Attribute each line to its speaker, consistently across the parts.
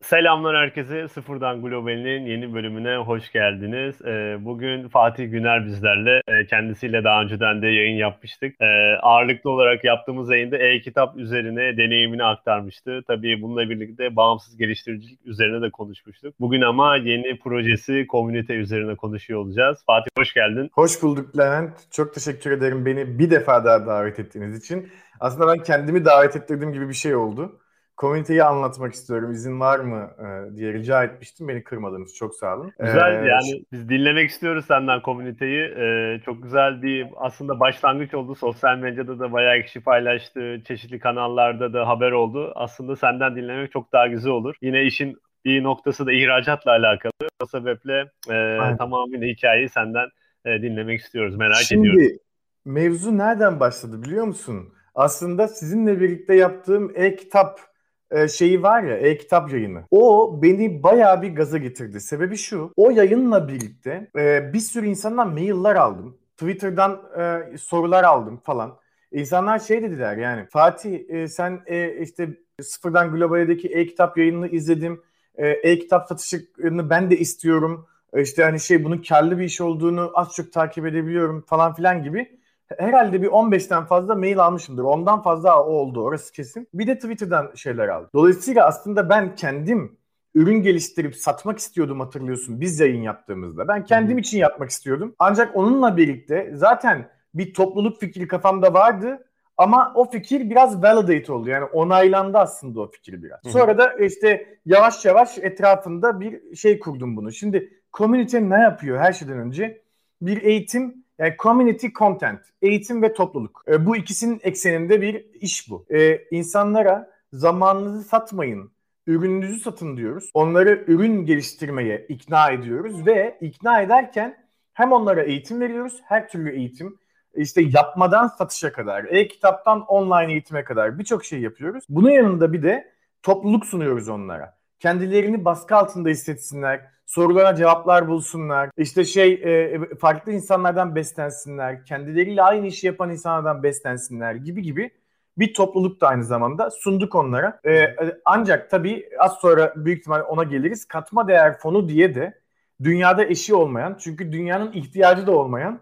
Speaker 1: Selamlar herkese. Sıfırdan Global'in yeni bölümüne hoş geldiniz. Bugün Fatih Güner bizlerle. Kendisiyle daha önceden de yayın yapmıştık. Ağırlıklı olarak yaptığımız yayında e-kitap üzerine deneyimini aktarmıştı. Tabii bununla birlikte bağımsız geliştiricilik üzerine de konuşmuştuk. Bugün ama yeni projesi komünite üzerine konuşuyor olacağız. Fatih hoş geldin.
Speaker 2: Hoş bulduk Levent. Çok teşekkür ederim beni bir defa daha davet ettiğiniz için. Aslında ben kendimi davet ettirdiğim gibi bir şey oldu. Komüniteyi anlatmak istiyorum. İzin var mı diye rica etmiştim. Beni kırmadınız. Çok sağ olun.
Speaker 1: Güzel, yani biz dinlemek istiyoruz senden komüniteyi. Çok güzel bir aslında başlangıç oldu. Sosyal medyada da bayağı kişi paylaştı. Çeşitli kanallarda da haber oldu. Aslında senden dinlemek çok daha güzel olur. Yine işin bir noktası da ihracatla alakalı. O sebeple
Speaker 2: Aynen.
Speaker 1: tamamıyla hikayeyi senden dinlemek istiyoruz. Merak ediyoruz.
Speaker 2: Şimdi mevzu nereden başladı biliyor musun? Aslında sizinle birlikte yaptığım e-kitap şeyi var ya, e-kitap yayını. O beni bayağı bir gaza getirdi. Sebebi şu, o yayınla birlikte bir sürü insandan mailler aldım. Twitter'dan sorular aldım falan. İnsanlar şey dediler yani, Fatih sen işte Sıfırdan Global'deki e-kitap yayınını izledim. E-kitap satışını ben de istiyorum. İşte hani şey bunun karlı bir iş olduğunu az çok takip edebiliyorum falan filan gibi. Herhalde bir 15'ten fazla mail almışımdır. Ondan fazla o oldu orası kesin. Bir de Twitter'dan şeyler aldım. Dolayısıyla aslında ben kendim ürün geliştirip satmak istiyordum hatırlıyorsun biz yayın yaptığımızda. Ben
Speaker 1: Hı hı.
Speaker 2: kendim için yapmak istiyordum. Ancak onunla birlikte zaten bir topluluk fikri kafamda vardı. Ama o fikir biraz validate oldu. Yani onaylandı aslında o fikir biraz.
Speaker 1: Hı hı.
Speaker 2: Sonra da işte yavaş yavaş etrafında bir şey kurdum bunu. Şimdi community ne yapıyor her şeyden önce? Bir eğitim, yani community content, eğitim ve topluluk. Bu ikisinin ekseninde bir iş bu. İnsanlara zamanınızı satmayın, ürününüzü satın diyoruz. Onları ürün geliştirmeye ikna ediyoruz ve ikna ederken hem onlara eğitim veriyoruz, her türlü eğitim. İşte yapmadan satışa kadar, e-kitaptan online eğitime kadar birçok şey yapıyoruz. Bunun yanında bir de topluluk sunuyoruz onlara. Kendilerini baskı altında hissetsinler, sorulara cevaplar bulsunlar, işte farklı insanlardan beslensinler, kendileriyle aynı işi yapan insanlardan beslensinler gibi gibi bir topluluk da aynı zamanda sunduk onlara.
Speaker 1: Hı hı.
Speaker 2: Ancak tabii az sonra büyük ihtimal ona geliriz. Katma değer fonu diye de dünyada eşi olmayan, çünkü dünyanın ihtiyacı da olmayan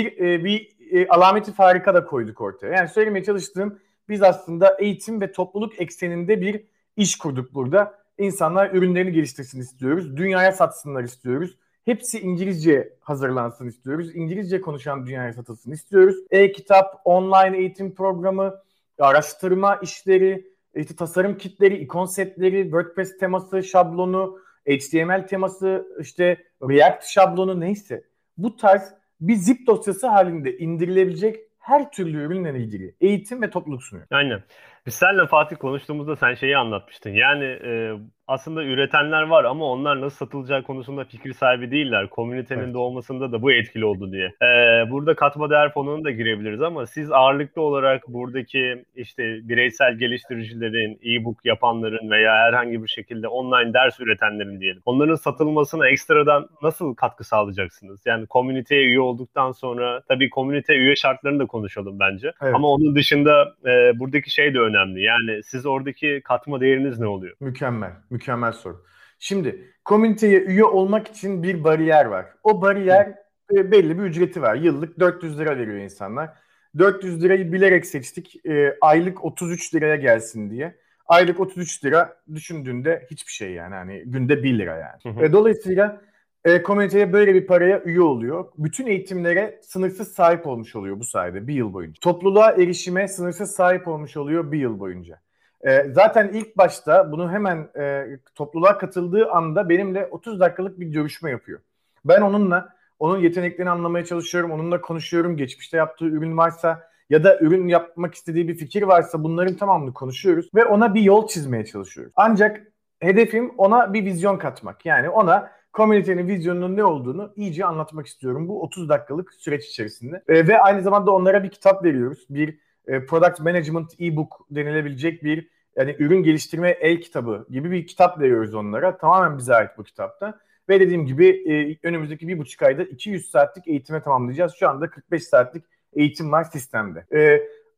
Speaker 2: bir alameti farika da koyduk ortaya. Yani söylemeye çalıştığım, biz aslında eğitim ve topluluk ekseninde bir iş kurduk burada. İnsanlar ürünlerini geliştirsin istiyoruz. Dünyaya satsınlar istiyoruz. Hepsi İngilizce hazırlansın istiyoruz. İngilizce konuşan dünyaya satılsın istiyoruz. E-kitap, online eğitim programı, araştırma işleri, işte tasarım kitleri, ikon setleri, WordPress teması, şablonu, HTML teması, işte React şablonu neyse. Bu tarz bir zip dosyası halinde indirilebilecek her türlü ürünle ilgili eğitim ve topluluk sunuyor.
Speaker 1: Aynen. Biz seninle Fatih konuştuğumuzda sen şeyi anlatmıştın. Yani aslında üretenler var ama onlar nasıl satılacağı konusunda fikir sahibi değiller. Komünitenin de
Speaker 2: Evet.
Speaker 1: olmasında da bu etkili oldu diye. Burada katma değer fonuna da girebiliriz ama siz ağırlıklı olarak buradaki işte bireysel geliştiricilerin, e-book yapanların veya herhangi bir şekilde online ders üretenlerin diyelim. Onların satılmasına ekstradan nasıl katkı sağlayacaksınız? Yani komüniteye üye olduktan sonra tabii komünite üye şartlarını da konuşalım bence. Ama
Speaker 2: Evet.
Speaker 1: onun dışında buradaki şey de önemli. Yani siz oradaki katma değeriniz ne oluyor?
Speaker 2: Mükemmel. Mükemmel soru. Şimdi komüniteye üye olmak için bir bariyer var. O
Speaker 1: Hı.
Speaker 2: bariyer belli bir ücreti var. Yıllık 400 lira veriyor insanlar. 400 lirayı bilerek seçtik. Aylık 33 liraya gelsin diye. Aylık 33 lira düşündüğünde hiçbir şey yani. Hani günde 1 lira yani.
Speaker 1: Hı hı.
Speaker 2: Dolayısıyla komüniteye böyle bir paraya üye oluyor. Bütün eğitimlere sınırsız sahip olmuş oluyor bu sayede bir yıl boyunca. Topluluğa erişime sınırsız sahip olmuş oluyor bir yıl boyunca. Zaten ilk başta bunu hemen topluluğa katıldığı anda benimle 30 dakikalık bir görüşme yapıyor. Ben onunla onun yeteneklerini anlamaya çalışıyorum. Onunla konuşuyorum. Geçmişte yaptığı ürün varsa ya da ürün yapmak istediği bir fikir varsa bunların tamamını konuşuyoruz ve ona bir yol çizmeye çalışıyoruz. Ancak hedefim ona bir vizyon katmak. Yani ona komünitenin vizyonunun ne olduğunu iyice anlatmak istiyorum bu 30 dakikalık süreç içerisinde. Ve aynı zamanda onlara bir kitap veriyoruz. Bir Product Management e-book denilebilecek bir, yani ürün geliştirme kitabı gibi bir kitap veriyoruz onlara. Tamamen bize ait bu kitapta. Ve dediğim gibi önümüzdeki 1,5 ayda 200 saatlik eğitime tamamlayacağız. Şu anda 45 saatlik eğitim var sistemde.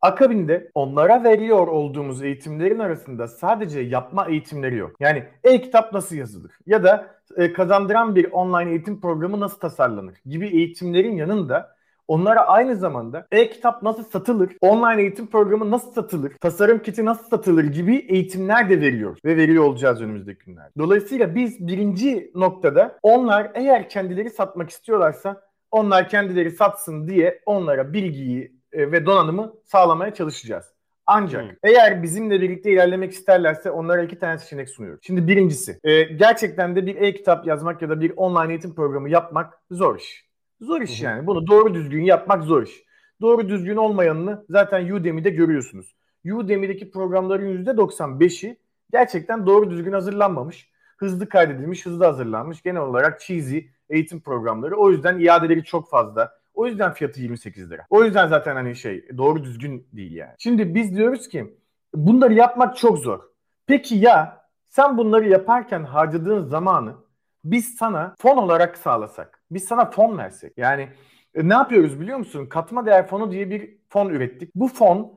Speaker 2: Akabinde onlara veriyor olduğumuz eğitimlerin arasında sadece yapma eğitimleri yok. Yani e-kitap nasıl yazılır ya da kazandıran bir online eğitim programı nasıl tasarlanır gibi eğitimlerin yanında onlara aynı zamanda e-kitap nasıl satılır, online eğitim programı nasıl satılır, tasarım kiti nasıl satılır gibi eğitimler de veriyoruz ve veriyor olacağız önümüzdeki günlerde. Dolayısıyla biz birinci noktada onlar eğer kendileri satmak istiyorlarsa onlar kendileri satsın diye onlara bilgiyi ve donanımı sağlamaya çalışacağız. Ancak eğer bizimle birlikte ilerlemek isterlerse onlara 2 tane seçenek sunuyoruz. Şimdi birincisi, gerçekten de bir e-kitap yazmak ya da bir online eğitim programı yapmak zor iş. Zor iş yani. Bunu doğru düzgün yapmak zor iş. Doğru düzgün olmayanını zaten Udemy'de görüyorsunuz. Udemy'deki programların %95'i gerçekten doğru düzgün hazırlanmamış. Hızlı kaydedilmiş, hızlı hazırlanmış. Genel olarak cheesy eğitim programları. O yüzden iadeleri çok fazla. O yüzden fiyatı 28 lira. O yüzden zaten hani doğru düzgün değil yani. Şimdi biz diyoruz ki bunları yapmak çok zor. Peki ya sen bunları yaparken harcadığın zamanı biz sana fon olarak sağlasak, biz sana fon versek. Yani ne yapıyoruz biliyor musun? Katma değer fonu diye bir fon ürettik. Bu fon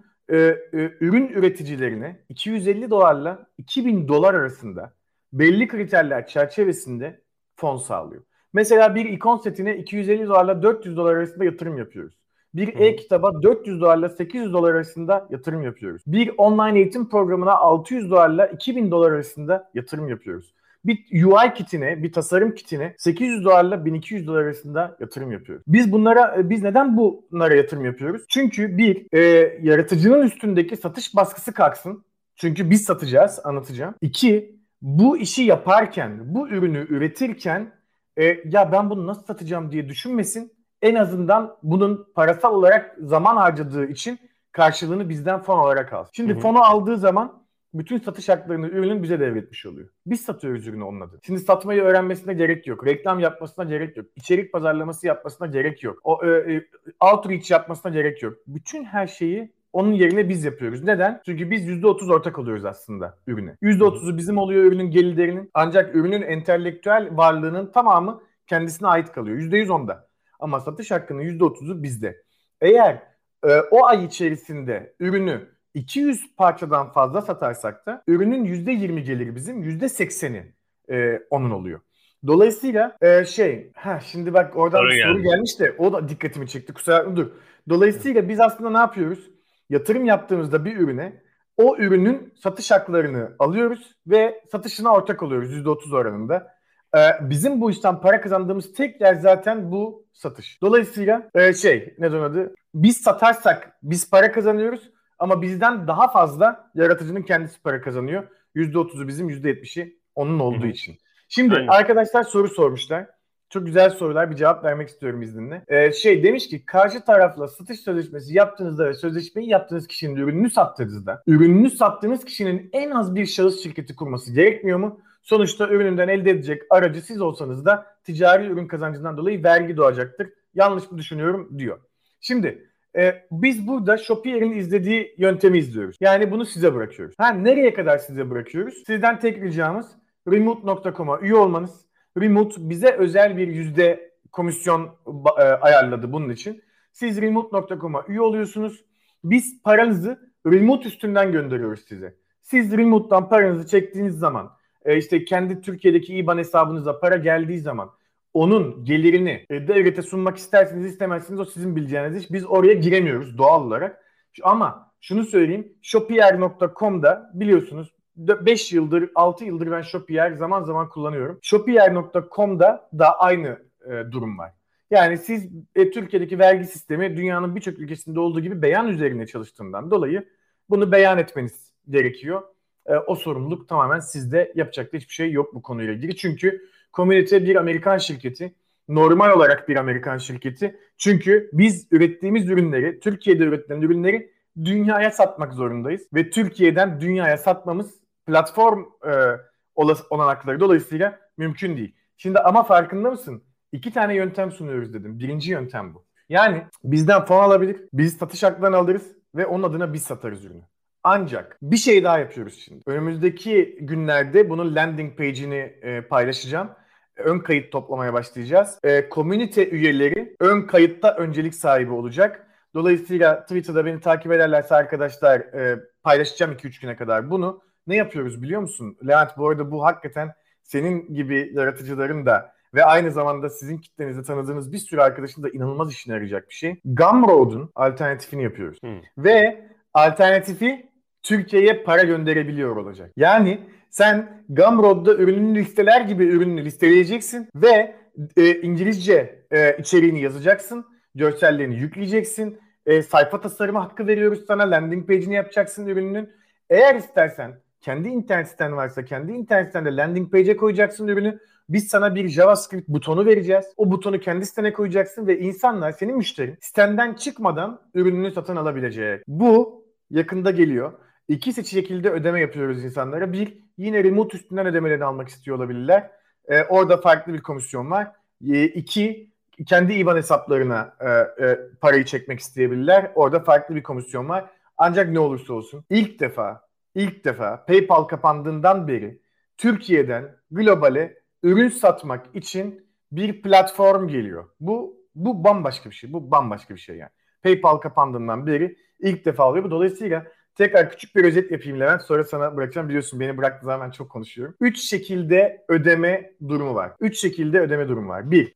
Speaker 2: ürün üreticilerine 250 dolarla 2000 dolar arasında belli kriterler çerçevesinde fon sağlıyor. Mesela bir ikon setine 250 dolarla 400 dolar arasında yatırım yapıyoruz. Bir e-kitaba 400 dolarla 800 dolar arasında yatırım yapıyoruz. Bir online eğitim programına 600 dolarla 2000 dolar arasında yatırım yapıyoruz. Bir UI kitine, bir tasarım kitine 800 dolarla 1200 dolar arasında yatırım yapıyoruz. Biz neden bunlara yatırım yapıyoruz? Çünkü yaratıcının üstündeki satış baskısı kalksın. Çünkü biz satacağız, anlatacağım. 2, bu işi yaparken, bu ürünü üretirken ya ben bunu nasıl satacağım diye düşünmesin. En azından bunun parasal olarak zaman harcadığı için karşılığını bizden fon olarak alsın. Şimdi fonu aldığı zaman bütün satış haklarını ürünün bize devretmiş oluyor. Biz satıyoruz ürünü onun adına. Şimdi satmayı öğrenmesine gerek yok. Reklam yapmasına gerek yok. İçerik pazarlaması yapmasına gerek yok. Outreach yapmasına gerek yok. Bütün her şeyi onun yerine biz yapıyoruz. Neden? Çünkü biz %30 ortak oluyoruz aslında ürüne. %30'u bizim oluyor ürünün gelirlerinin. Ancak ürünün entelektüel varlığının tamamı kendisine ait kalıyor. %100 onda. Ama satış hakkının %30'u bizde. Eğer o ay içerisinde ürünü 200 parçadan fazla satarsak da ürünün %20 geliri bizim, %80'i onun oluyor. Dolayısıyla şimdi bak oradan bir soru gelmiş de o da dikkatimi çekti. Kusura bakma dur. Dolayısıyla biz aslında ne yapıyoruz? Yatırım yaptığımızda bir ürüne o ürünün satış haklarını alıyoruz ve satışına ortak oluyoruz %30 oranında. Bizim bu işten para kazandığımız tek yer zaten bu satış. Dolayısıyla neden adı? Biz satarsak biz para kazanıyoruz ama bizden daha fazla yaratıcının kendisi para kazanıyor. %30'u bizim, %70'i onun olduğu için. Şimdi arkadaşlar soru sormuşlar. Çok güzel sorular. Bir cevap vermek istiyorum izninle. Demiş ki karşı tarafla satış sözleşmesi yaptığınızda ve sözleşmeyi yaptığınız kişinin ürününü sattığınız kişinin en az bir şahıs şirketi kurması gerekmiyor mu? Sonuçta ürününden elde edecek aracı siz olsanız da ticari ürün kazancından dolayı vergi doğacaktır. Yanlış mı düşünüyorum diyor. Şimdi biz burada Shopier'in izlediği yöntemi izliyoruz. Yani bunu size bırakıyoruz. Nereye kadar size bırakıyoruz? Sizden tek ricamız remote.com'a üye olmanız. Remote bize özel bir komisyon ayarladı bunun için. Siz remote.com'a üye oluyorsunuz. Biz paranızı remote üstünden gönderiyoruz size. Siz remote'dan paranızı çektiğiniz zaman kendi Türkiye'deki IBAN hesabınıza para geldiği zaman onun gelirini devlete sunmak isterseniz istemezsiniz o sizin bileceğiniz iş. Biz oraya giremiyoruz doğal olarak. Ama şunu söyleyeyim. Shopier.com'da biliyorsunuz 5 yıldır 6 yıldır ben Shopier zaman zaman kullanıyorum. Shopier.com'da da aynı durum var. Yani siz Türkiye'deki vergi sistemi dünyanın birçok ülkesinde olduğu gibi beyan üzerine çalıştığından dolayı bunu beyan etmeniz gerekiyor. O sorumluluk tamamen sizde. Yapacak da hiçbir şey yok bu konuyla ilgili. Çünkü Community bir Amerikan şirketi. Normal olarak bir Amerikan şirketi. Çünkü biz ürettiğimiz ürünleri, Türkiye'de üretilen ürünleri dünyaya satmak zorundayız. Ve Türkiye'den dünyaya satmamız platform olanakları dolayısıyla mümkün değil. Şimdi ama farkında mısın? 2 tane yöntem sunuyoruz dedim. Birinci yöntem bu. Yani bizden fon alabilir, biz satış haklarını alırız ve onun adına biz satarız ürünü. Ancak bir şey daha yapıyoruz şimdi. Önümüzdeki günlerde bunun landing page'ini paylaşacağım. Ön kayıt toplamaya başlayacağız. Community üyeleri ön kayıtta öncelik sahibi olacak. Dolayısıyla Twitter'da beni takip ederlerse arkadaşlar paylaşacağım 2-3 güne kadar bunu. Ne yapıyoruz biliyor musun? Levent, bu arada bu hakikaten senin gibi yaratıcıların da ve aynı zamanda sizin kitlenizde tanıdığınız bir sürü arkadaşın da inanılmaz işine yarayacak bir şey. Gumroad'un alternatifini yapıyoruz. Ve alternatifi Türkiye'ye para gönderebiliyor olacak. Yani sen Gumroad'da ürününü listeler gibi ürününü listeleyeceksin ve İngilizce içeriğini yazacaksın, görsellerini yükleyeceksin, sayfa tasarımı hakkı veriyoruz sana, landing page'ini yapacaksın ürününün. Eğer istersen kendi internet siten varsa kendi internet sitende landing page'e koyacaksın ürünü. Biz sana bir JavaScript butonu vereceğiz. O butonu kendi sitene koyacaksın ve insanlar, senin müşterin, sitenden çıkmadan ürününü satın alabilecek. Bu yakında geliyor. İki şekilde ödeme yapıyoruz insanlara. Bir, yine remote üstünden ödemelerini almak istiyor olabilirler. Orada farklı bir komisyon var. İki, kendi IBAN hesaplarına parayı çekmek isteyebilirler. Orada farklı bir komisyon var. Ancak ne olursa olsun ilk defa PayPal kapandığından beri Türkiye'den globale ürün satmak için bir platform geliyor. Bu bambaşka bir şey. Bu bambaşka bir şey yani. PayPal kapandığından beri ilk defa oluyor. Dolayısıyla tekrar küçük bir özet yapayım Levent. Sonra sana bırakacağım. Biliyorsun beni bıraktığı zaman ben çok konuşuyorum. 3 şekilde ödeme durumu var. 3 şekilde ödeme durumu var. Bir,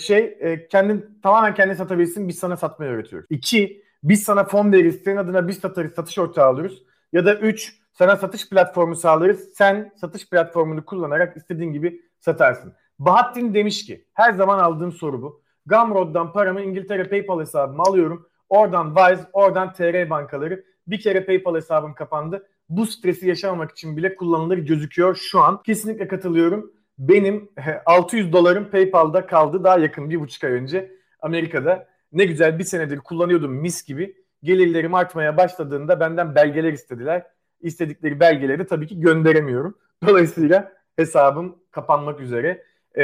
Speaker 2: tamamen kendin satabilirsin. Biz sana satmayı öğretiyoruz. 2, biz sana fon veririz. Senin adına biz satarız. Satış ortağı alırız. Ya da 3, sana satış platformu sağlarız. Sen satış platformunu kullanarak istediğin gibi satarsın. Bahattin demiş ki, her zaman aldığım soru bu. Gumroad'dan paramı İngiltere PayPal hesabıma alıyorum. Oradan Wise, oradan TR bankaları. Bir kere PayPal hesabım kapandı. Bu stresi yaşamamak için bile kullanılır gözüküyor şu an. Kesinlikle katılıyorum. Benim $600 PayPal'da kaldı daha yakın 1,5 ay önce Amerika'da. Ne güzel, bir senedir kullanıyordum mis gibi. Gelirlerim artmaya başladığında benden belgeler istediler. İstedikleri belgeleri tabii ki gönderemiyorum. Dolayısıyla hesabım kapanmak üzere.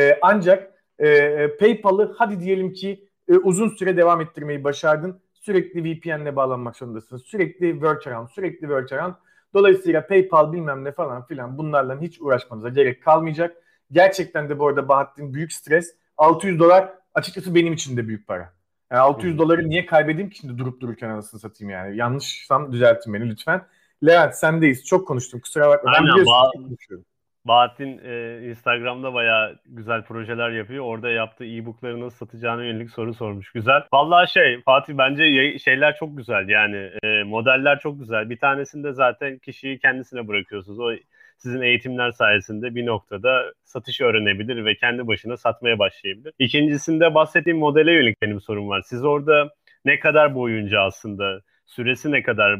Speaker 2: Ancak PayPal'ı hadi diyelim ki uzun süre devam ettirmeyi başardın. Sürekli VPN'le bağlanmak zorundasın. Sürekli workaround. Dolayısıyla PayPal bilmem ne falan filan bunlarla hiç uğraşmanıza gerek kalmayacak. Gerçekten de bu arada Bahattin büyük stres. $600 açıkçası benim için de büyük para. Yani $600 niye kaybedeyim ki şimdi durup dururken, anasını satayım yani. Yanlışsam düzeltin beni lütfen. Levent sendeyiz. Çok konuştum. Kusura bakma. Ben biliyorsun çok konuşuyorum.
Speaker 1: Bahattin Instagram'da bayağı güzel projeler yapıyor. Orada yaptığı e-book'ları nasıl satacağına yönelik soru sormuş. Güzel. Vallahi Fatih, bence şeyler çok güzel. Yani modeller çok güzel. Bir tanesinde zaten kişiyi kendisine bırakıyorsunuz. O sizin eğitimler sayesinde bir noktada satış öğrenebilir ve kendi başına satmaya başlayabilir. İkincisinde bahsettiğim modele yönelik benim sorum var. Siz orada ne kadar boyunca aslında süresi ne kadar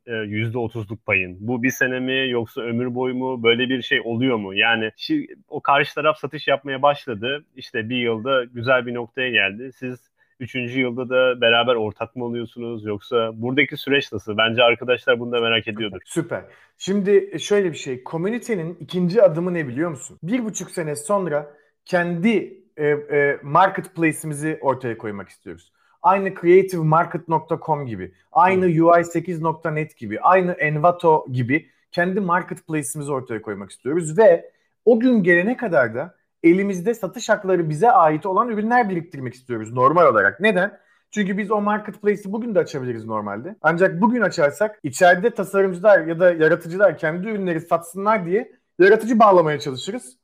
Speaker 1: %30'luk payın? Bu bir sene mi yoksa ömür boyu mu? Böyle bir şey oluyor mu? Yani o karşı taraf satış yapmaya başladı. İşte bir yılda güzel bir noktaya geldi. Siz 3. yılda da beraber ortak mı oluyorsunuz? Yoksa buradaki süreç nasıl? Bence arkadaşlar bunu da merak ediyordur.
Speaker 2: Süper. Şimdi şöyle bir şey. Community'nin ikinci adımı ne biliyor musun? 1,5 sene sonra kendi marketplace'imizi ortaya koymak istiyoruz. Aynı creativemarket.com gibi, aynı UI8.net gibi, aynı Envato gibi kendi marketplace'imizi ortaya koymak istiyoruz ve o gün gelene kadar da elimizde satış hakları bize ait olan ürünler biriktirmek istiyoruz normal olarak. Neden? Çünkü biz o marketplace'i bugün de açabiliriz normalde. Ancak bugün açarsak içeride tasarımcılar ya da yaratıcılar kendi ürünleri satsınlar diye yaratıcı bağlamaya çalışırız.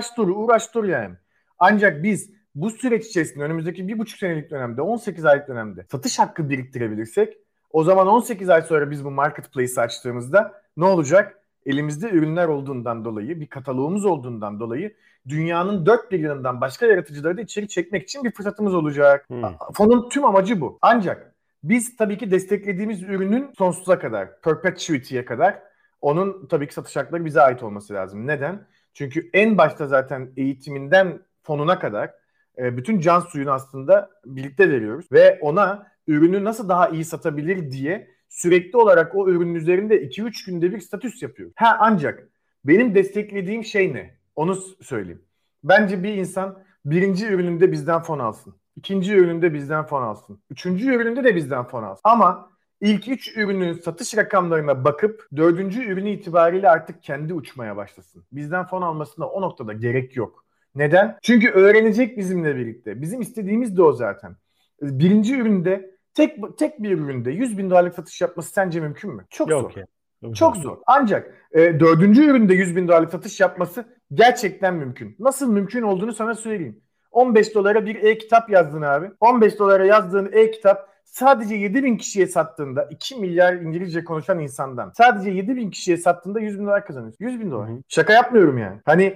Speaker 2: Uğraş dur yani. Ancak biz bu süreç içerisinde önümüzdeki 1,5 senelik dönemde, 18 aylık dönemde satış hakkı biriktirebilirsek, o zaman 18 ay sonra biz bu marketplace'i açtığımızda ne olacak? Elimizde ürünler olduğundan dolayı, bir kataloğumuz olduğundan dolayı dünyanın dört bir yanından başka yaratıcıları da içeri çekmek için bir fırsatımız olacak. Fonun tüm amacı bu. Ancak biz tabii ki desteklediğimiz ürünün sonsuza kadar, perpetuity'ye kadar onun tabii ki satış hakları bize ait olması lazım. Neden? Çünkü en başta zaten eğitiminden fonuna kadar bütün can suyunu aslında birlikte veriyoruz ve ona ürünü nasıl daha iyi satabilir diye sürekli olarak o ürünün üzerinde 2-3 günde bir statüs yapıyoruz. Ancak benim desteklediğim şey ne? Onu söyleyeyim. Bence bir insan birinci ürününde bizden fon alsın. İkinci ürününde bizden fon alsın. Üçüncü ürününde de bizden fon alsın. Ama ilk 3 ürünün satış rakamlarına bakıp 4. ürünü itibariyle artık kendi uçmaya başlasın. Bizden fon almasına o noktada gerek yok. Neden? Çünkü öğrenecek bizimle birlikte. Bizim istediğimiz de o zaten. Birinci üründe tek bir üründe 100 bin dolarlık satış yapması sence mümkün mü? Çok
Speaker 1: Yok
Speaker 2: zor.
Speaker 1: ya.
Speaker 2: Çok zor. Ancak dördüncü üründe 100 bin dolarlık satış yapması gerçekten mümkün. Nasıl mümkün olduğunu sana söyleyeyim. 15 dolara bir e-kitap yazdın abi. 15 dolara yazdığın e-kitap sadece 7 bin kişiye sattığında 2 milyar İngilizce konuşan insandan sadece 7 bin kişiye sattığında 100 bin dolar kazanıyorsun. 100 bin dolar. Hı hı. Şaka yapmıyorum yani. Hani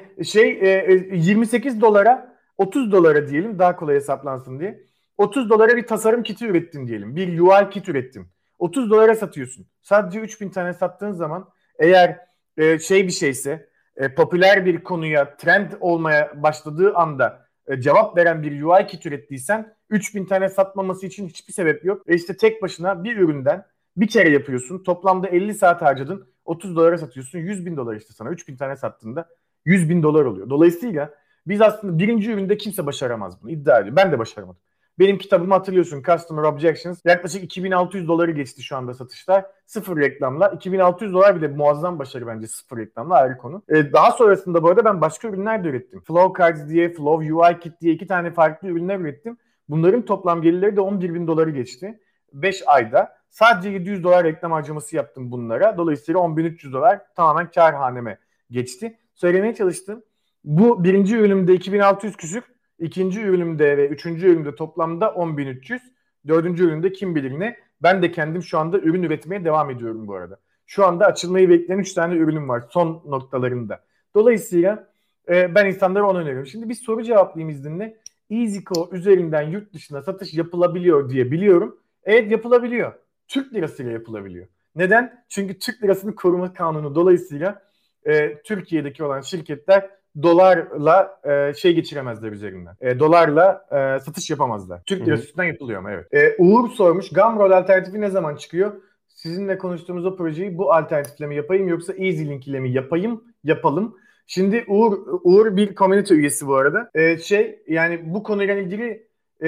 Speaker 2: 28 dolara 30 dolara diyelim daha kolay hesaplansın diye. 30 dolara bir tasarım kiti ürettin diyelim. Bir UI kit ürettin. 30 dolara satıyorsun. Sadece 3000 tane sattığın zaman eğer bir şeyse popüler bir konuya trend olmaya başladığı anda cevap veren bir UI kit ürettiysen 3000 tane satmaması için hiçbir sebep yok. Ve işte tek başına bir üründen bir kere yapıyorsun. Toplamda 50 saat harcadın. 30 dolara satıyorsun. 100 bin dolar işte sana. 3000 tane sattığında 100 bin dolar oluyor. Dolayısıyla biz aslında birinci üründe kimse başaramaz bunu. İddia ediyor. Ben de başaramadım. Benim kitabımı hatırlıyorsun, Customer Objections. Yaklaşık 2600 doları geçti şu anda satışlar. Sıfır reklamla. 2600 dolar bile muazzam başarı bence sıfır reklamla, ayrı konu. Daha sonrasında bu arada ben başka ürünler de ürettim. Flow Cards diye, Flow UI Kit diye 2 tane farklı ürünler ürettim. Bunların toplam gelirleri de 11 bin doları geçti. 5 ayda. Sadece 700 dolar reklam harcaması yaptım bunlara. Dolayısıyla 10.300 dolar tamamen kar haneme geçti. Söylemeye çalıştım. Bu birinci ürünümde 2600 küsür. İkinci ürünümde ve üçüncü ürünümde toplamda 10.300. Dördüncü üründe kim bilir ne. Ben de kendim şu anda ürün üretmeye devam ediyorum bu arada. Şu anda açılmayı bekleyen 3 tane ürünüm var son noktalarında. Dolayısıyla ben insanlara onu öneriyorum. Şimdi bir soru cevaplayayım izninle. EasyCo üzerinden yurt dışına satış yapılabiliyor diye biliyorum. Evet, yapılabiliyor. Türk lirasıyla yapılabiliyor. Neden? Çünkü Türk lirasını koruma kanunu dolayısıyla Türkiye'deki olan şirketler dolarla geçiremezler üzerinden. Dolarla satış yapamazlar. Türk lirası üstünden yapılıyor ama evet. Uğur sormuş. Gumroad alternatifi ne zaman çıkıyor? Sizinle konuştuğumuz o projeyi bu alternatifle mi yapayım yoksa EasyLink ile mi yapalım. Şimdi Uğur bir community üyesi bu arada. Yani bu konuyla ilgili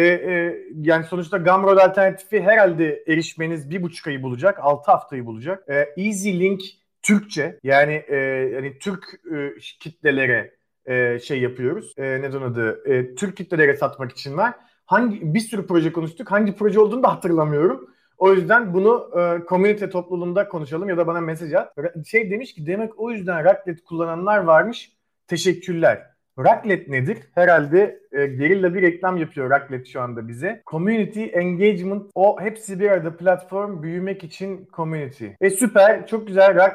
Speaker 2: yani sonuçta Gumroad alternatifi herhalde erişmeniz 1,5 ayı bulacak. 6 haftayı bulacak. EasyLink Türkçe, yani Türk kitlelere yapıyoruz. Neden adı? Türk kitlelere satmak için var. Bir sürü proje konuştuk. Hangi proje olduğunu da hatırlamıyorum. O yüzden bunu komünite topluluğunda konuşalım ya da bana mesaj at. Demiş ki demek o yüzden Racklet kullananlar varmış. Teşekkürler. Racklet nedir? Herhalde gerilla bir reklam yapıyor Racklet şu anda bize. Community, engagement, o hepsi bir arada, platform, büyümek için community. Süper, çok güzel.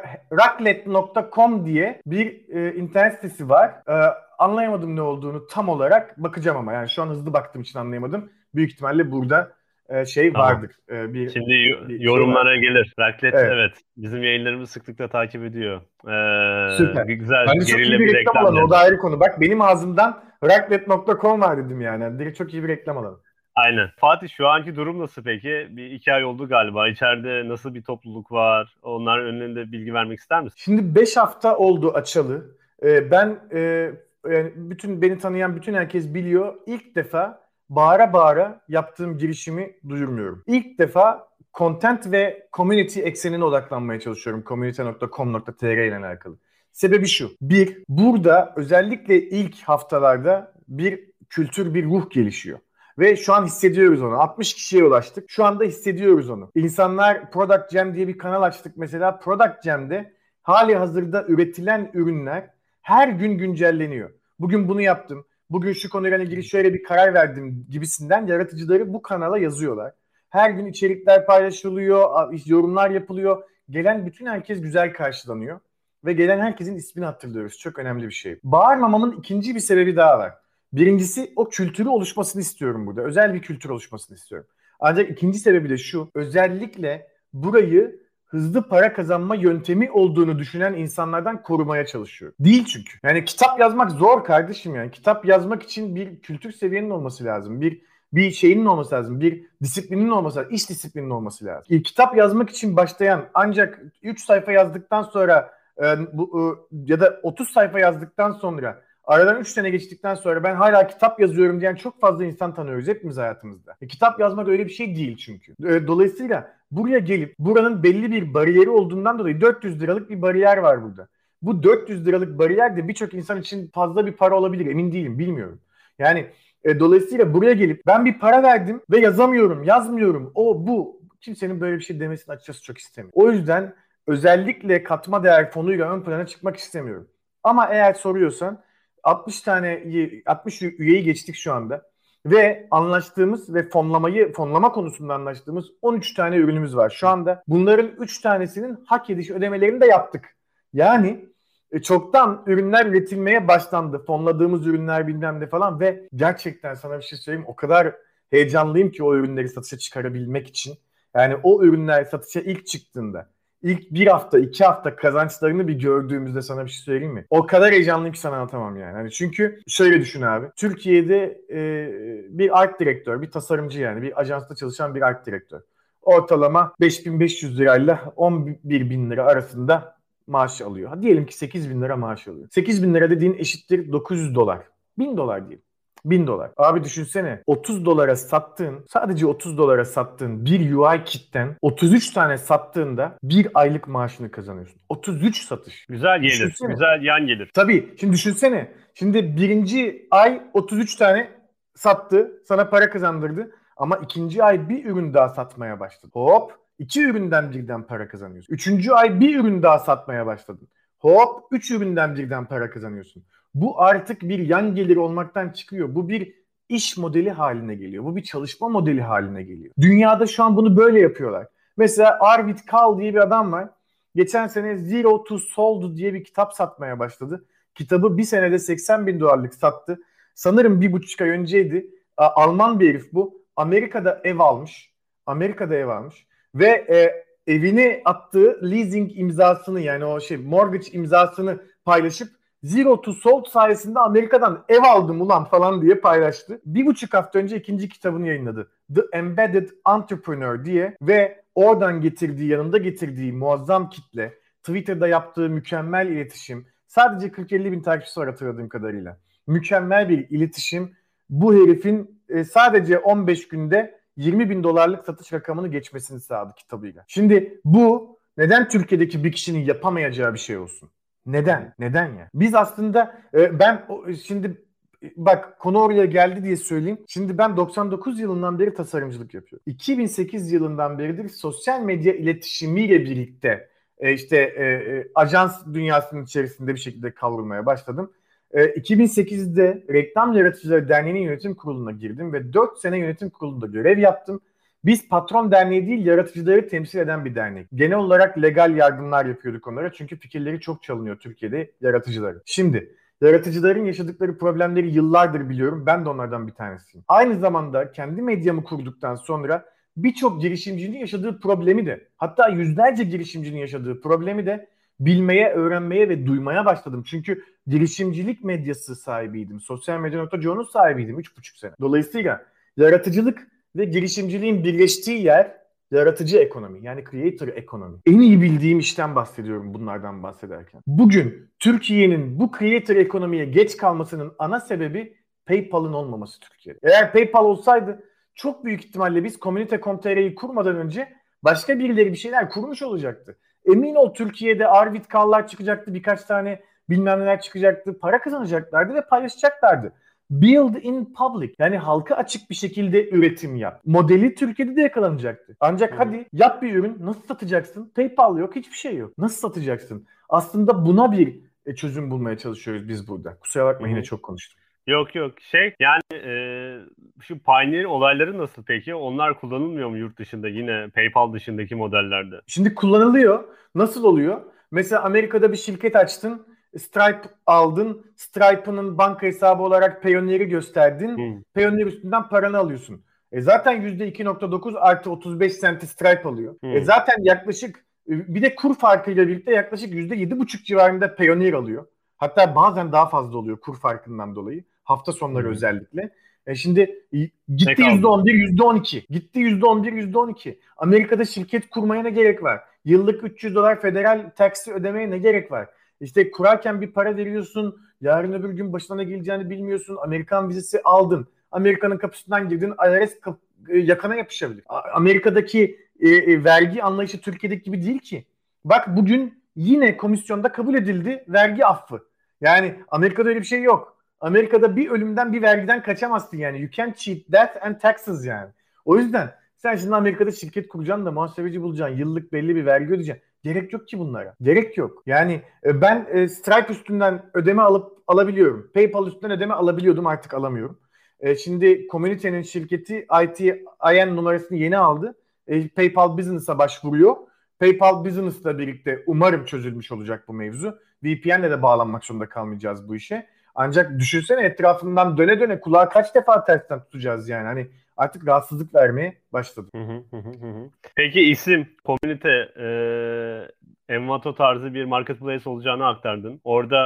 Speaker 2: Racklet.com diye bir internet sitesi var. Anlayamadım ne olduğunu tam olarak, bakacağım ama yani şu an hızlı baktığım için anlayamadım. Büyük ihtimalle burada vardır.
Speaker 1: Şimdi yorumlara gelir. Racklet evet. Bizim yayınlarımızı sıklıkla takip ediyor.
Speaker 2: Süper.
Speaker 1: Güzel.
Speaker 2: Bence çok iyi bir reklam alanı. O da ayrı konu. Bak benim ağzımdan Racklet.com var dedim yani. Direkt çok iyi bir reklam alanı.
Speaker 1: Aynen. Fatih, şu anki durum nasıl peki? Bir 2 ay oldu galiba. İçeride nasıl bir topluluk var? Onların önünde bilgi vermek ister misin?
Speaker 2: Şimdi 5 hafta oldu açalı. Ben yani beni tanıyan bütün herkes biliyor. İlk defa bağıra bağıra yaptığım girişimi duyurmuyorum. İlk defa content ve community eksenine odaklanmaya çalışıyorum. community.com.tr ile alakalı. Sebebi şu. Burada özellikle ilk haftalarda bir kültür, bir ruh gelişiyor. Ve şu an hissediyoruz onu. 60 kişiye ulaştık. Şu anda hissediyoruz onu. İnsanlar Product Jam diye bir kanal açtık mesela. Product Jam'de hali hazırda üretilen ürünler her gün güncelleniyor. Bugün bunu yaptım. Bugün şu konuyla ilgili şöyle bir karar verdim gibisinden yaratıcıları bu kanala yazıyorlar. Her gün içerikler paylaşılıyor, yorumlar yapılıyor. Gelen bütün herkes güzel karşılanıyor. Ve gelen herkesin ismini hatırlıyoruz. Çok önemli bir şey. Bağırmamamın ikinci bir sebebi daha var. Birincisi, o kültürü oluşmasını istiyorum burada. Özel bir kültür oluşmasını istiyorum. Ancak ikinci sebebi de şu. Özellikle burayı hızlı para kazanma yöntemi olduğunu düşünen insanlardan korumaya çalışıyorum. Değil çünkü. Yani kitap yazmak zor kardeşim yani. Kitap yazmak için bir kültür seviyenin olması lazım. Bir şeyinin olması lazım. Bir disiplinin olması lazım. İş disiplininin olması lazım. Kitap yazmak için başlayan ancak 3 sayfa yazdıktan sonra ya da 30 sayfa yazdıktan sonra, aradan 3 sene geçtikten sonra ben hala kitap yazıyorum diyen çok fazla insan tanıyoruz hepimiz hayatımızda. Kitap yazmak öyle bir şey değil çünkü. Dolayısıyla buraya gelip buranın belli bir bariyeri olduğundan dolayı 400 liralık bir bariyer var burada. Bu 400 liralık bariyer de birçok insan için fazla bir para olabilir. Emin değilim, bilmiyorum. Yani Dolayısıyla buraya gelip ben bir para verdim ve yazamıyorum, yazmıyorum, o bu. Kimsenin böyle bir şey demesini açıkçası çok istemiyorum. O yüzden özellikle katma değer fonuyla ön plana çıkmak istemiyorum. Ama eğer soruyorsan 60 üyeyi geçtik şu anda. Ve anlaştığımız ve fonlama konusunda anlaştığımız 13 tane ürünümüz var. Şu anda bunların 3 tanesinin hak ediş ödemelerini de yaptık. Yani çoktan ürünler üretilmeye başlandı. Fonladığımız ürünler bilmem ne falan ve gerçekten sana bir şey söyleyeyim. O kadar heyecanlıyım ki o ürünleri satışa çıkarabilmek için. Yani o ürünler satışa ilk çıktığında, ilk bir hafta, 2 hafta kazançlarını bir gördüğümüzde sana bir şey söyleyeyim mi? O kadar heyecanlıyım ki sana anlatamam yani. Hani çünkü şöyle düşün abi. Türkiye'de bir art direktör, bir tasarımcı yani bir ajansta çalışan bir art direktör. Ortalama 5.500 lirayla 11.000 lira arasında maaş alıyor. Diyelim ki 8.000 lira maaş alıyor. 8.000 lira dediğin eşittir 900 dolar. 1.000 dolar diyelim. 1.000 dolar. Abi düşünsene 30 dolara sattığın, sadece 30 dolara sattığın bir UI kitten 33 tane sattığında bir aylık maaşını kazanıyorsun. 33 satış.
Speaker 1: Güzel gelir.
Speaker 2: Düşünsene.
Speaker 1: Güzel yan gelir.
Speaker 2: Tabii. Şimdi düşünsene. Şimdi birinci ay 33 tane sattı. Sana para kazandırdı. Ama ikinci ay bir ürün daha satmaya başladı. Hop. 2 üründen birden para kazanıyorsun. Üçüncü ay bir ürün daha satmaya başladın. Hop. 3 üründen birden para kazanıyorsun. Bu artık bir yan gelir olmaktan çıkıyor. Bu bir iş modeli haline geliyor. Bu bir çalışma modeli haline geliyor. Dünyada şu an bunu böyle yapıyorlar. Mesela Arvid Kahl diye bir adam var. Geçen sene Zero to Sold diye bir kitap satmaya başladı. Kitabı bir senede 80 bin dolarlık sattı. Sanırım 1,5 ay önceydi. Alman bir herif bu. Amerika'da ev almış. Amerika'da ev almış. Ve evini attığı leasing imzasını yani o mortgage imzasını paylaşıp Zero to Sold sayesinde Amerika'dan ev aldım ulan falan diye paylaştı. 1,5 hafta önce ikinci kitabını yayınladı. The Embedded Entrepreneur diye ve oradan yanında getirdiği muazzam kitle, Twitter'da yaptığı mükemmel iletişim, sadece 40-50 bin takipçisi var hatırladığım kadarıyla. Mükemmel bir iletişim bu herifin sadece 15 günde 20 bin dolarlık satış rakamını geçmesini sağladı kitabıyla. Şimdi bu neden Türkiye'deki bir kişinin yapamayacağı bir şey olsun? Neden? Neden ya? Biz aslında şimdi bak konu oraya geldi diye söyleyeyim. Şimdi ben 99 yılından beri tasarımcılık yapıyorum. 2008 yılından beridir sosyal medya iletişimiyle birlikte ajans dünyasının içerisinde bir şekilde kavrulmaya başladım. 2008'de Reklam Yaratıcıları Derneği'nin yönetim kuruluna girdim ve 4 sene yönetim kurulunda görev yaptım. Biz patron derneği değil, yaratıcıları temsil eden bir dernek. Genel olarak legal yardımlar yapıyorduk onlara çünkü fikirleri çok çalınıyor Türkiye'de yaratıcıları. Şimdi yaratıcıların yaşadıkları problemleri yıllardır biliyorum. Ben de onlardan bir tanesiyim. Aynı zamanda kendi medyamı kurduktan sonra birçok girişimcinin yaşadığı problemi de, hatta yüzlerce girişimcinin yaşadığı problemi de bilmeye, öğrenmeye ve duymaya başladım. Çünkü girişimcilik medyası sahibiydim. Sosyal medya.co'nun sahibiydim 3,5 sene. Dolayısıyla yaratıcılık ve girişimciliğin birleştiği yer yaratıcı ekonomi yani creator ekonomi. En iyi bildiğim işten bahsediyorum bunlardan bahsederken. Bugün Türkiye'nin bu creator ekonomiye geç kalmasının ana sebebi PayPal'ın olmaması Türkiye'de. Eğer PayPal olsaydı çok büyük ihtimalle biz Komünite.com.tr'yi kurmadan önce başka birileri bir şeyler kurmuş olacaktı. Emin ol Türkiye'de Arvid Kahl'lar çıkacaktı, birkaç tane bilmem neler çıkacaktı, para kazanacaklardı ve paylaşacaklardı. Build in public yani halka açık bir şekilde üretim yap. Modeli Türkiye'de de yakalanacaktı. Ancak hadi yap bir ürün nasıl satacaksın? PayPal yok, hiçbir şey yok. Nasıl satacaksın? Aslında buna bir çözüm bulmaya çalışıyoruz biz burada. Kusura bakma yine çok konuştum.
Speaker 1: Yok yani şu Pioneer olayları nasıl peki? Onlar kullanılmıyor mu yurt dışında yine PayPal dışındaki modellerde?
Speaker 2: Şimdi kullanılıyor. Nasıl oluyor? Mesela Amerika'da bir şirket açtın. Stripe aldın. Stripe'ının banka hesabı olarak Payoneer'i gösterdin. Payoneer üstünden paranı alıyorsun. Zaten %2,9 artı 35 senti Stripe alıyor. Zaten yaklaşık bir de kur farkıyla birlikte yaklaşık %7,5 civarında Payoneer alıyor. Hatta bazen daha fazla oluyor kur farkından dolayı. Hafta sonları özellikle. Şimdi gitti %11, %12. Gitti %11, %12. Amerika'da şirket kurmaya ne gerek var? Yıllık 300 dolar federal taksi ödemeye ne gerek var? İşte kurarken bir para veriyorsun. Yarın öbür gün başına ne geleceğini bilmiyorsun. Amerikan vizesi aldın. Amerika'nın kapısından girdin. IRS yakana yapışabilir. Amerika'daki vergi anlayışı Türkiye'deki gibi değil ki. Bak bugün yine komisyonda kabul edildi vergi affı. Yani Amerika'da öyle bir şey yok. Amerika'da bir ölümden bir vergiden kaçamazsın yani. You can't cheat death and taxes yani. O yüzden sen şimdi Amerika'da şirket kuracaksın da muhasebeci bulacaksın. Yıllık belli bir vergi ödeyeceksin. Gerek yok ki bunlara. Gerek yok. Yani ben Stripe üstünden ödeme alabiliyorum. PayPal üstünden ödeme alabiliyordum, artık alamıyorum. Şimdi Community'nin şirketi ITIN numarasını yeni aldı. PayPal Business'a başvuruyor. PayPal Business'la birlikte umarım çözülmüş olacak bu mevzu. VPN'le de bağlanmak zorunda kalmayacağız bu işe. Ancak düşünsene, etrafından döne döne kulağı kaç defa tersten tutacağız yani. Hani artık rahatsızlık vermeye başladı.
Speaker 1: Peki isim, komünite, Envato tarzı bir marketplace olacağını aktardın. Orada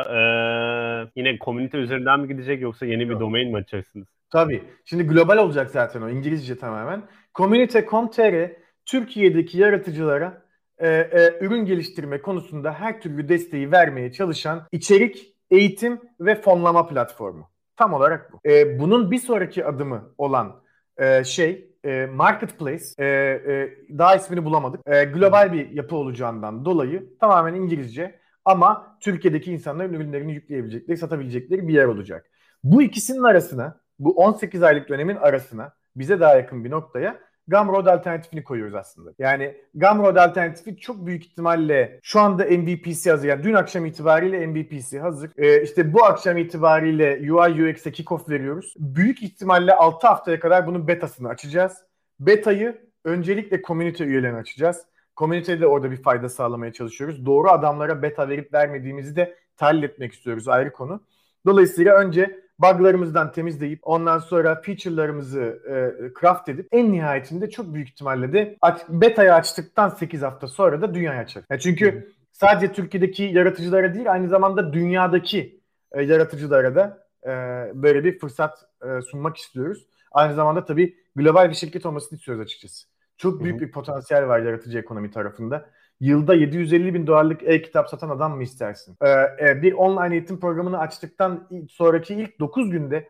Speaker 1: yine komünite üzerinden mi gidecek yoksa yeni bir domain mi açacaksınız?
Speaker 2: Tabii. Şimdi global olacak zaten o. İngilizce tamamen. Community.com.tr Türkiye'deki yaratıcılara ürün geliştirme konusunda her türlü desteği vermeye çalışan içerik, eğitim ve fonlama platformu. Tam olarak bu. Bunun bir sonraki adımı olan marketplace, daha ismini bulamadık. Global bir yapı olacağından dolayı tamamen İngilizce ama Türkiye'deki insanların ürünlerini yükleyebilecekleri, satabilecekleri bir yer olacak. Bu ikisinin arasına, bu 18 aylık dönemin arasına, bize daha yakın bir noktaya Gumroad alternatifini koyuyoruz aslında. Yani Gumroad alternatifi çok büyük ihtimalle şu anda MVP'si hazır. Yani dün akşam itibariyle MVP'si hazır. İşte bu akşam itibariyle UI UX'e kickoff veriyoruz. Büyük ihtimalle 6 haftaya kadar bunun betasını açacağız. Betayı öncelikle community üyelerine açacağız. Community'de de orada bir fayda sağlamaya çalışıyoruz. Doğru adamlara beta verip vermediğimizi de tahlil etmek istiyoruz, ayrı konu. Dolayısıyla önce bug'larımızdan temizleyip ondan sonra feature'larımızı craft edip en nihayetinde çok büyük ihtimalle de beta'yı açtıktan 8 hafta sonra da dünyaya açacak. Yani çünkü sadece Türkiye'deki yaratıcılara değil, aynı zamanda dünyadaki yaratıcılara da böyle bir fırsat sunmak istiyoruz. Aynı zamanda tabii global bir şirket olmasını istiyoruz açıkçası. Çok büyük bir potansiyel var yaratıcı ekonomi tarafında. Yılda 750 bin dolarlık e-kitap satan adam mı istersin? Bir online eğitim programını açtıktan sonraki ilk 9 günde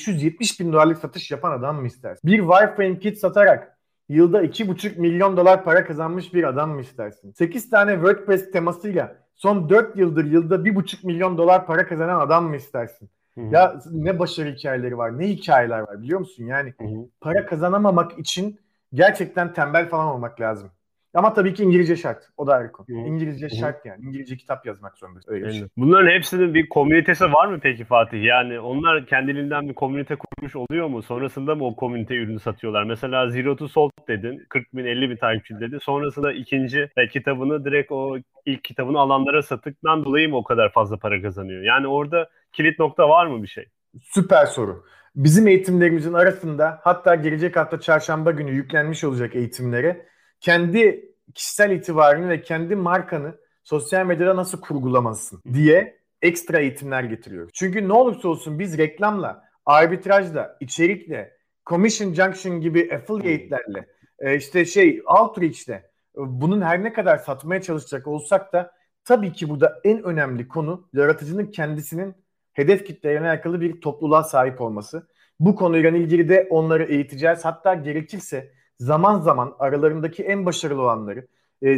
Speaker 2: 570 bin dolarlık satış yapan adam mı istersin? Bir wireframe kit satarak yılda 2,5 milyon dolar para kazanmış bir adam mı istersin? 8 tane WordPress temasıyla son 4 yıldır yılda 1,5 milyon dolar para kazanan adam mı istersin? Ya ne başarı hikayeleri var, ne hikayeler var biliyor musun? Yani para kazanamamak için gerçekten tembel falan olmak lazım. Ama tabii ki İngilizce şart. O da ayrı konu. İngilizce şart yani. İngilizce kitap yazmak zorundasın. Öyle bir şey.
Speaker 1: Bunların hepsinin bir komünitesi var mı peki Fatih? Yani onlar kendiliğinden bir komünite kurmuş oluyor mu? Sonrasında mı o komünite ürünü satıyorlar? Mesela Zero to Sold dedin. 40 bin 50 bin takipçi dedi. Sonrasında ikinci kitabını direkt o ilk kitabını alanlara sattıktan dolayı mı o kadar fazla para kazanıyor? Yani orada kilit nokta var mı bir şey?
Speaker 2: Süper soru. Bizim eğitimlerimizin arasında, hatta gelecek hafta çarşamba günü yüklenmiş olacak eğitimlere, kendi kişisel itibarını ve kendi markanı sosyal medyada nasıl kurgulamalısın diye ekstra eğitimler getiriyoruz. Çünkü ne olursa olsun biz reklamla, arbitrajla, içerikle, commission junction gibi affiliate'lerle, outreach'le bunun her ne kadar satmaya çalışacak olsak da tabii ki burada en önemli konu yaratıcının kendisinin hedef kitlelerine alakalı bir topluluğa sahip olması. Bu konuyla ilgili de onları eğiteceğiz. Hatta gerekirse zaman zaman aralarındaki en başarılı olanları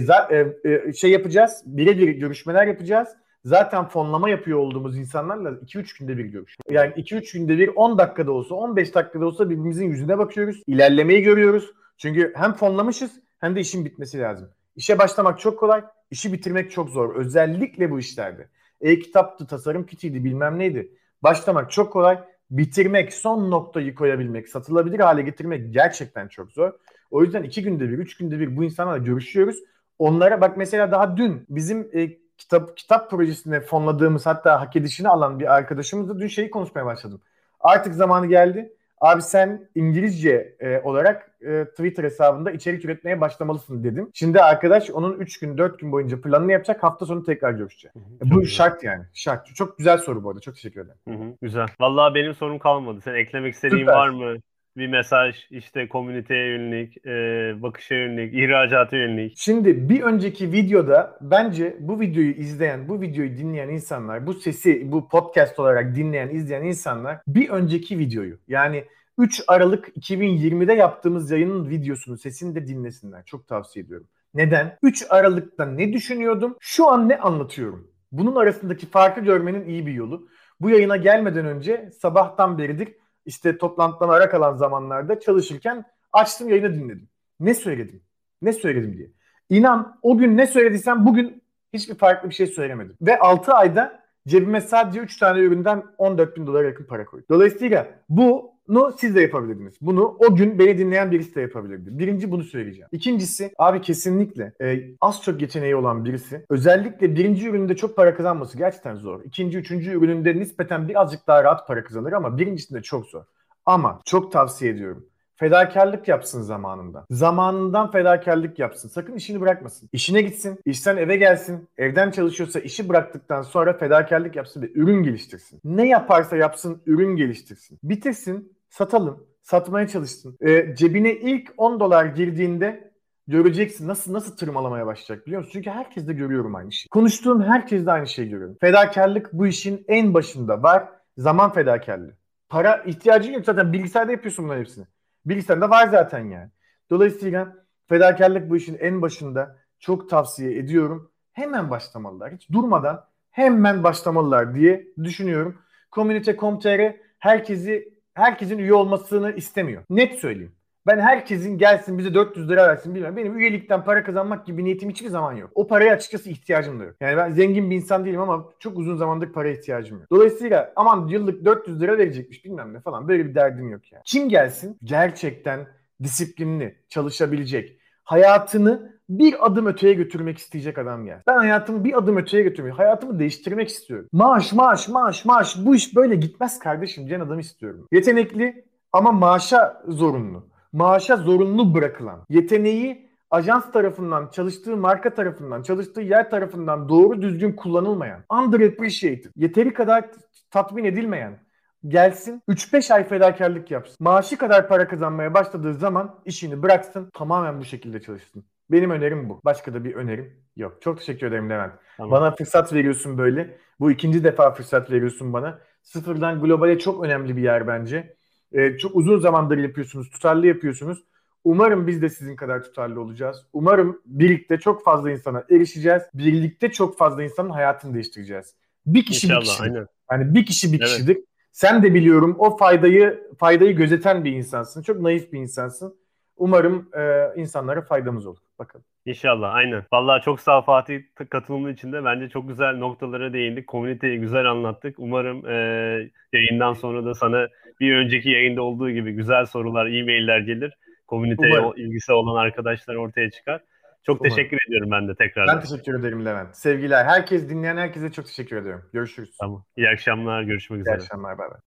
Speaker 2: yapacağız. Birebir görüşmeler yapacağız. Zaten fonlama yapıyor olduğumuz insanlarla 2-3 günde bir görüş. Yani 2-3 günde bir 10 dakikada olsa 15 dakikada olsa birbirimizin yüzüne bakıyoruz. İlerlemeyi görüyoruz. Çünkü hem fonlamışız hem de işin bitmesi lazım. İşe başlamak çok kolay, işi bitirmek çok zor. Özellikle bu işlerde. E-kitaptı, tasarım kitiydi, bilmem neydi. Başlamak çok kolay, bitirmek, son noktayı koyabilmek, satılabilir hale getirmek gerçekten çok zor. O yüzden 2 günde bir, 3 günde bir bu insanlarla görüşüyoruz. Onlara bak, mesela daha dün bizim kitap projesine fonladığımız, hatta hak edişini alan bir arkadaşımızla dün şeyi konuşmaya başladım. Artık zamanı geldi. Abi sen İngilizce olarak Twitter hesabında içerik üretmeye başlamalısın dedim. Şimdi arkadaş onun 3 gün 4 gün boyunca planını yapacak. Hafta sonu tekrar görüşecek. Bu güzel. Şart yani. Şart. Çok güzel soru bu arada. Çok teşekkür ederim.
Speaker 1: Güzel. Vallahi benim sorum kalmadı. Sen eklemek istediğin
Speaker 2: Süper.
Speaker 1: var mı? Bir mesaj, işte komüniteye yönelik, bakışa yönelik, ihracata yönelik.
Speaker 2: Şimdi bir önceki videoda bence bu videoyu izleyen, bu videoyu dinleyen insanlar, bu sesi, bu podcast olarak dinleyen, izleyen insanlar bir önceki videoyu, yani 3 Aralık 2020'de yaptığımız yayının videosunu, sesini de dinlesinler. Çok tavsiye ediyorum. Neden? 3 Aralık'ta ne düşünüyordum? Şu an ne anlatıyorum? Bunun arasındaki farkı görmenin iyi bir yolu. Bu yayına gelmeden önce sabahtan beridir işte toplantıdan ara kalan zamanlarda çalışırken açtım yayını dinledim. Ne söyledim? Ne söyledim diye. İnan o gün ne söylediysem bugün hiçbir farklı bir şey söylemedim. Ve 6 ayda cebime sadece 3 tane üründen 14 bin dolara yakın para koydum. Dolayısıyla bunu siz de yapabilirdiniz. Bunu o gün beni dinleyen birisi de yapabilirdi. Birinci bunu söyleyeceğim. İkincisi abi kesinlikle az çok yeteneği olan birisi özellikle birinci üründe çok para kazanması gerçekten zor. İkinci, üçüncü ürününde nispeten birazcık daha rahat para kazanır ama birincisinde çok zor. Ama çok tavsiye ediyorum. Fedakarlık yapsın zamanında. Zamanından fedakarlık yapsın. Sakın işini bırakmasın. İşine gitsin, işten eve gelsin, evden çalışıyorsa işi bıraktıktan sonra fedakarlık yapsın ve ürün geliştirsin. Ne yaparsa yapsın ürün geliştirsin. Bitirsin, satalım, satmaya çalışsın. Cebine ilk 10 dolar girdiğinde göreceksin nasıl tırmalamaya başlayacak biliyor musun? Çünkü herkeste görüyorum aynı şeyi. Konuştuğum herkeste aynı şeyi görüyorum. Fedakarlık bu işin en başında var. Zaman fedakarlığı. Para ihtiyacın yok zaten bilgisayarda yapıyorsun bunların hepsini. Bilgisayarda var zaten yani. Dolayısıyla fedakarlık bu işin en başında çok tavsiye ediyorum. Hemen başlamalılar. Hiç durmadan hemen başlamalılar diye düşünüyorum. Komünite.com.tr herkesin üye olmasını istemiyor. Net söyleyeyim. Ben herkesin gelsin bize 400 lira versin bilmem. Benim üyelikten para kazanmak gibi niyetim hiçbir zaman yok. O paraya açıkçası ihtiyacım da yok. Yani ben zengin bir insan değilim ama çok uzun zamandır paraya ihtiyacım yok. Dolayısıyla aman yıllık 400 lira verecekmiş bilmem ne falan böyle bir derdim yok yani. Kim gelsin gerçekten disiplinli, çalışabilecek, hayatını bir adım öteye götürmek isteyecek adam gelsin. Ben hayatımı bir adım öteye götürmeyi, hayatımı değiştirmek istiyorum. Maaş. Bu iş böyle gitmez kardeşim. Can adam istiyorum. Yetenekli ama maaşa zorunlu. Maaşa zorunlu bırakılan, yeteneği ajans tarafından, çalıştığı marka tarafından, çalıştığı yer tarafından doğru düzgün kullanılmayan, underappreciated, yeteri kadar tatmin edilmeyen gelsin 3-5 ay fedakarlık yapsın. Maaşı kadar para kazanmaya başladığı zaman işini bıraksın, tamamen bu şekilde çalışsın. Benim önerim bu. Başka da bir önerim yok. Çok teşekkür ederim Levent.
Speaker 1: Tamam.
Speaker 2: Bana fırsat veriyorsun böyle. Bu ikinci defa fırsat veriyorsun bana. Sıfırdan globale çok önemli bir yer bence. Çok uzun zamandır yapıyorsunuz, tutarlı yapıyorsunuz. Umarım biz de sizin kadar tutarlı olacağız. Umarım birlikte çok fazla insana erişeceğiz. Birlikte çok fazla insanın hayatını değiştireceğiz. Bir kişi
Speaker 1: İnşallah,
Speaker 2: bir kişidir.
Speaker 1: aynen.
Speaker 2: Yani bir kişi bir
Speaker 1: Evet.
Speaker 2: kişidir. Sen de biliyorum o faydayı gözeten bir insansın. Çok naif bir insansın. Umarım insanlara faydamız olur. Bakalım.
Speaker 1: İnşallah, aynen. Vallahi çok sağ ol Fatih, katılımın içinde. Bence çok güzel noktalara değindik. Komüniteyi güzel anlattık. Umarım yayından sonra da sana bir önceki yayında olduğu gibi güzel sorular, e-mailler gelir. Komüniteye
Speaker 2: Umarım.
Speaker 1: ilgisi olan arkadaşlar ortaya çıkar. Çok
Speaker 2: Umarım.
Speaker 1: teşekkür ediyorum ben de
Speaker 2: Ben
Speaker 1: tekrardan.
Speaker 2: teşekkür ederim Levent. Sevgiler. Dinleyen herkese çok teşekkür ediyorum. Görüşürüz.
Speaker 1: Tamam. İyi akşamlar. Görüşmek
Speaker 2: İyi
Speaker 1: üzere.
Speaker 2: akşamlar. Bay bay.